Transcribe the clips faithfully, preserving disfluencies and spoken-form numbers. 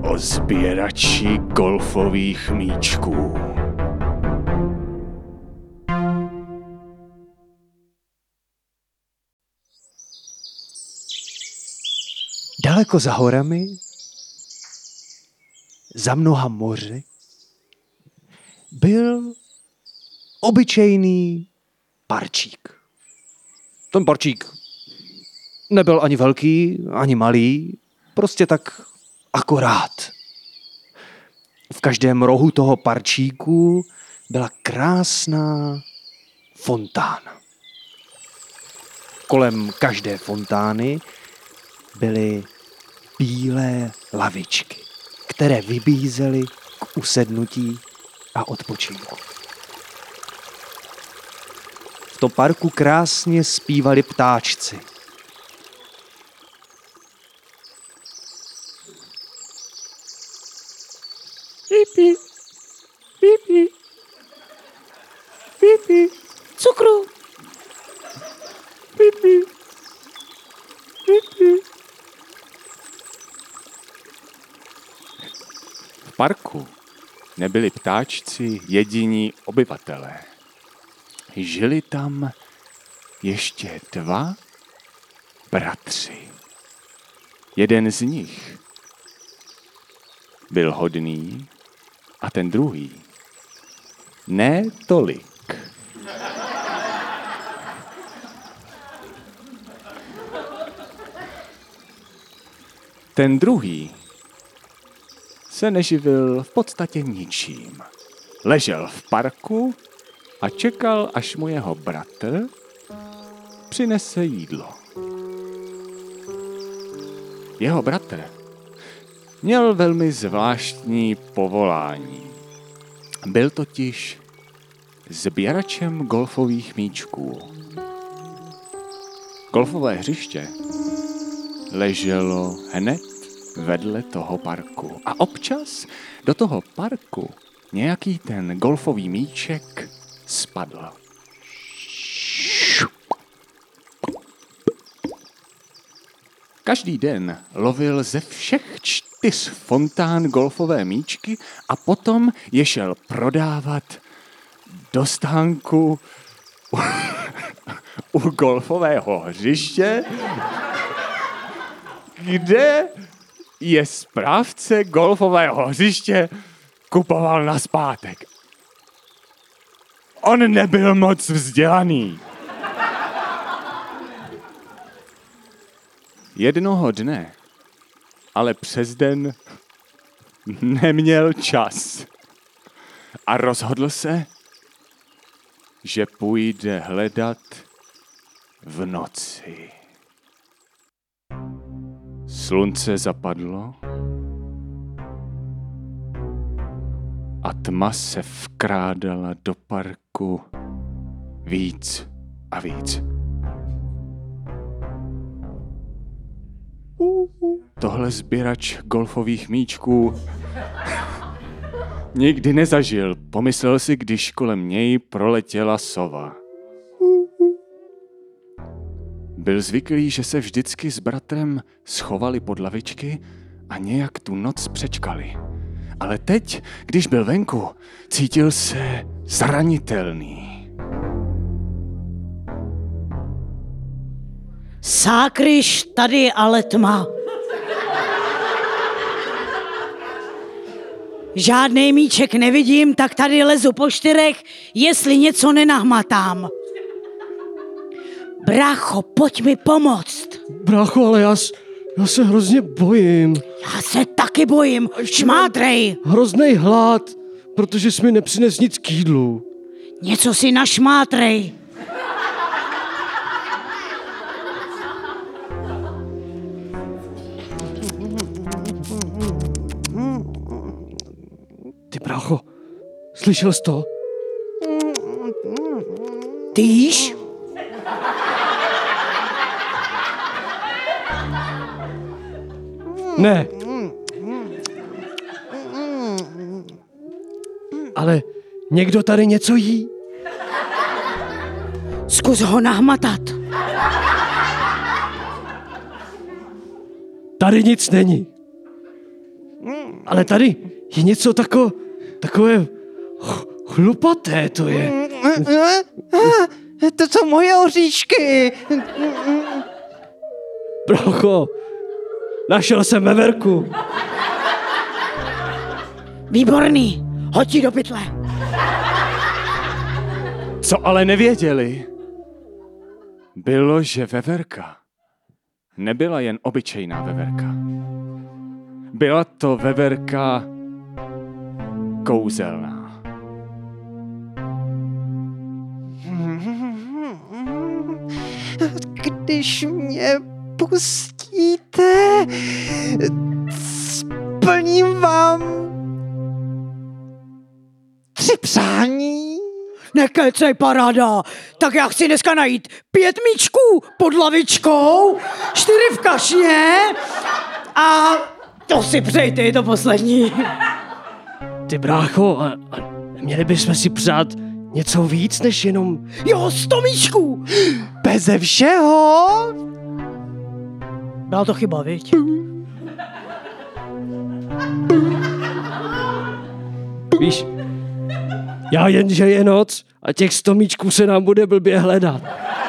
o sběrači golfových míčků. Daleko za horami, za mnoha moři, byl obyčejný parčík. Ten parčík nebyl ani velký, ani malý, prostě tak akorát. V každém rohu toho parčíku byla krásná fontána. Kolem každé fontány byly bílé lavičky, které vybízely k usednutí a odpočinku. V tom parku krásně zpívali ptáčci. Pipi, pipi, pipi, cukru, pipi, pipi. V parku nebyli ptáčci jediní obyvatelé. Žili tam ještě dva bratři. Jeden z nich byl hodný a ten druhý ne tolik. Ten druhý se neživil v podstatě ničím. Ležel v parku a čekal, až mu jeho bratr přinese jídlo. Jeho bratr měl velmi zvláštní povolání. Byl totiž sběračem golfových míčků. Golfové hřiště leželo hned vedle toho parku. A občas do toho parku nějaký ten golfový míček spadl. Každý den lovil ze všech čtyř fontán golfové míčky a potom je šel prodávat do stánku u, u golfového hřiště, kde je správce golfového hřiště kupoval nazpátek. On nebyl moc vzdělaný. Jednoho dne, ale přes den neměl čas a rozhodl se, že půjde hledat v noci. Slunce zapadlo a tma se vkrádala do parku víc a víc. Tohle sběrač golfových míčků nikdy nezažil, pomyslel si, když kolem něj proletěla sova. Byl zvyklý, že se vždycky s bratrem schovali pod lavičky a nějak tu noc přečkali. Ale teď, když byl venku, cítil se zranitelný. Sákryš, tady ale tma. Žádnej míček nevidím, tak tady lezu po čtyřech, jestli něco nenahmatám. Brácho, pojď mi pomoct. Brácho, ale já, já se hrozně bojím. Já se taky bojím, šmátrej. Hroznej hlad, protože jsi mi nepřines nic k jídlu. Něco si našmátrej. Ty brácho, slyšel jsi to? Ty jíš? Ne. Ale někdo tady něco jí. Zkus ho nahmatat. Tady nic není. Ale tady je něco tako, takové ch- chlupaté to je. To jsou moje oříšky. Brácho, našel jsem veverku. Výborný, hoď ji do pytle. Co ale nevěděli, bylo, že veverka nebyla jen obyčejná veverka. Byla to veverka kouzelná. Když mě pustíte, splním vám tři přání. Nekecej, paráda. Tak já chci dneska najít pět míčků pod lavičkou, čtyři v kašně a to si přejte, je to poslední. Ty brácho, a, a měli bychom si přát něco víc než jenom... Jo, sto míčků. Beze všeho. Byla to chyba, viď? Víš, já jen, že je noc a těch sto míčků se nám bude blbě hledat.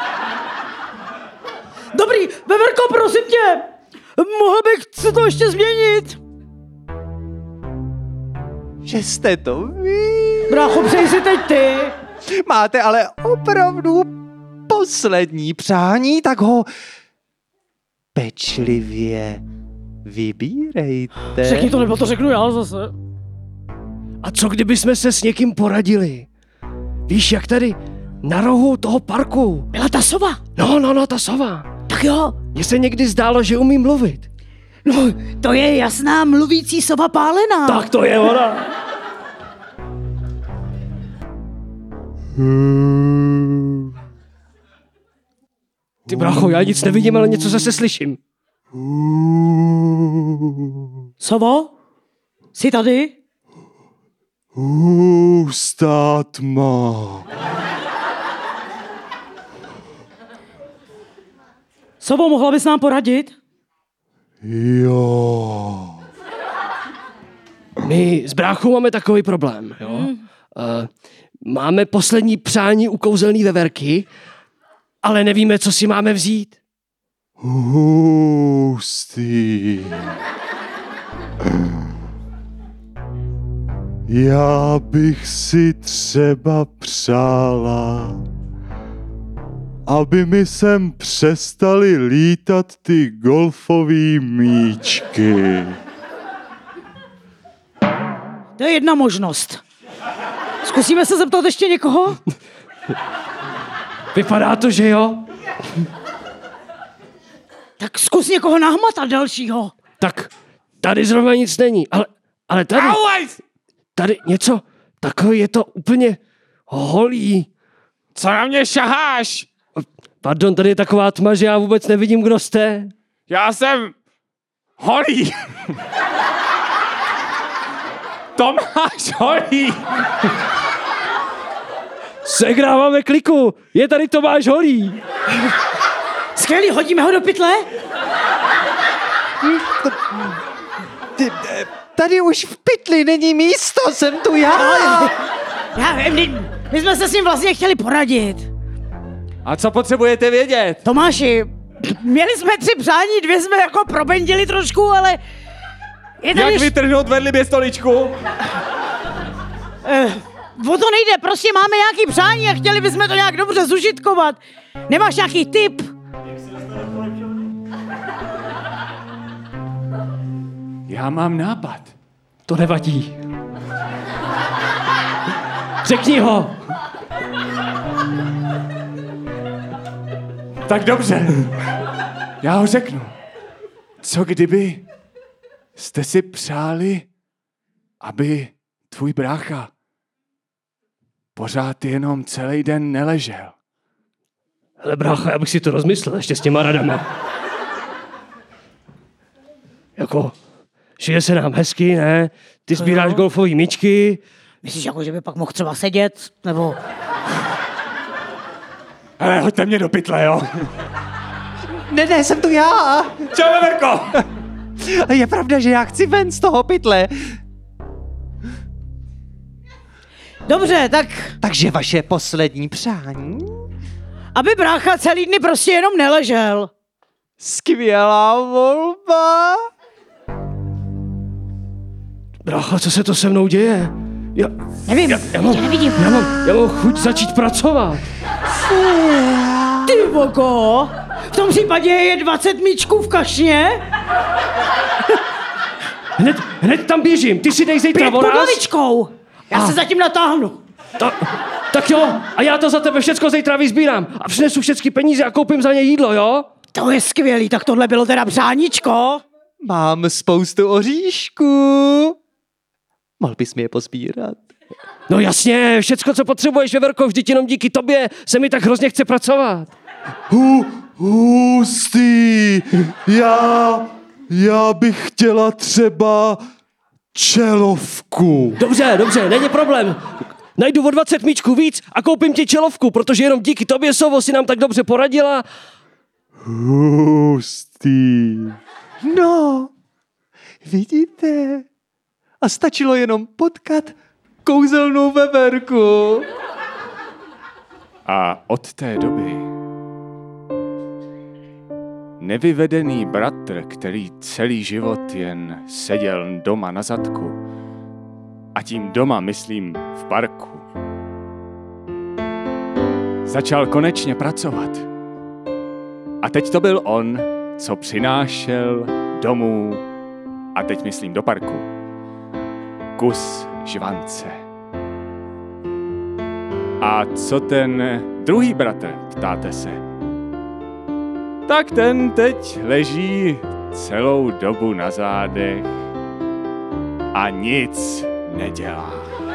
Dobrý, veverko, prosím tě, mohl bych se to ještě změnit? Že jste to vy. Brácho, přeji si teď ty. Máte ale opravdu poslední přání, tak ho pečlivě vybírejte. Řekni to, nebo to řeknu já zase. A co kdyby jsme se s někým poradili? Víš, jak tady na rohu toho parku. Byla ta sova? No, no, no, ta sova. Tak jo. Mně se někdy zdálo, že umí mluvit. No, to je jasná mluvící sova pálená. Tak to je ona. Ty brácho, já nic nevidím, ale něco zase slyším. Sovo? Jsi tady? Hustá tma. Sovo, mohla bys nám poradit? Jo. My s bráchou máme takový problém, jo. Hmm. Uh, máme poslední přání u kouzelný veverky, ale nevíme, co si máme vzít. Hustý. Já bych si třeba přála, aby mi sem přestaly lítat ty golfový míčky. To je jedna možnost. Zkusíme se zeptat ještě někoho? Vypadá to, že jo? Tak zkus někoho nahmatat dalšího. Tak tady zrovna nic není, ale, ale tady, tady něco, takový je to úplně holý. Co na mě šaháš? Pardon, tady je taková tma, že já vůbec nevidím, kdo jste. Já jsem holý. Tomáš Holý. Segráváme kliku, je tady Tomáš Holý. Skvělý, hodíme ho do pytle? Ty, tady už v pytli není místo, jsem tu já. Já vím, my, my jsme se s ním vlastně chtěli poradit. A co potřebujete vědět? Tomáši, měli jsme tři přání, dvě jsme jako probendili trošku, ale... Je tady Jak vytrhnout vedlibě stoličku? Uh, o to nejde, prostě máme nějaký přání a chtěli bychom to nějak dobře zužitkovat. Nemáš nějaký tip? Já mám nápad. To nevadí. Řekni ho. Tak dobře. Já ho řeknu. Co kdyby jste si přáli, aby tvůj brácha pořád jenom celý den neležel? Hele brácha, já bych si to rozmyslel ještě s těma radama. Jako, žije se nám hezky, ne? Ty sbíráš golfový míčky. Myslíš jako, že by pak mohl třeba sedět? Nebo... Hele, hoďte mě do pytle, jo? Ne, ne, jsem tu já. Čau, Veverko. Je pravda, že já chci ven z toho pytle. Dobře, tak Takže vaše poslední přání? aby brácha celý dny prostě jenom neležel. Skvělá volba. Brácho, co se to se mnou děje? Já, Nevím, já, já, mám, nevidím. já, mám, já mám chuť začít pracovat. Ty vogo, v tom případě je dvacet míčků v kašně, Hned, hned tam běžím, ty si dej zítra pět pod voraz. lavičkou. Já se zatím natáhnu. Ta, tak jo, a já to za tebe všecko zítra vyzbírám. A přinesu všechny peníze a koupím za ně jídlo, jo? To je skvělý, tak tohle bylo teda přáníčko. Mám spoustu oříšků. Mohl bys mi je pozbírat? No jasně, všecko, co potřebuješ, Veverko, vždyť jenom díky tobě se mi tak hrozně chce pracovat. Hu, hustý. Já, já bych chtěla třeba čelovku. Dobře, dobře, není problém. Najdu o dvacet míčků víc a koupím ti čelovku, protože jenom díky tobě, Sovo, si nám tak dobře poradila. Hustý. No, vidíte? A stačilo jenom potkat kouzelnou veverku. A od té doby nevyvedený bratr, který celý život jen seděl doma na zadku, a tím doma myslím v parku, začal konečně pracovat. A teď to byl on, co přinášel domů, a teď myslím do parku, kus žvance. A co ten druhý bratr, ptáte se? Tak ten teď leží celou dobu na zádech a nic nedělá.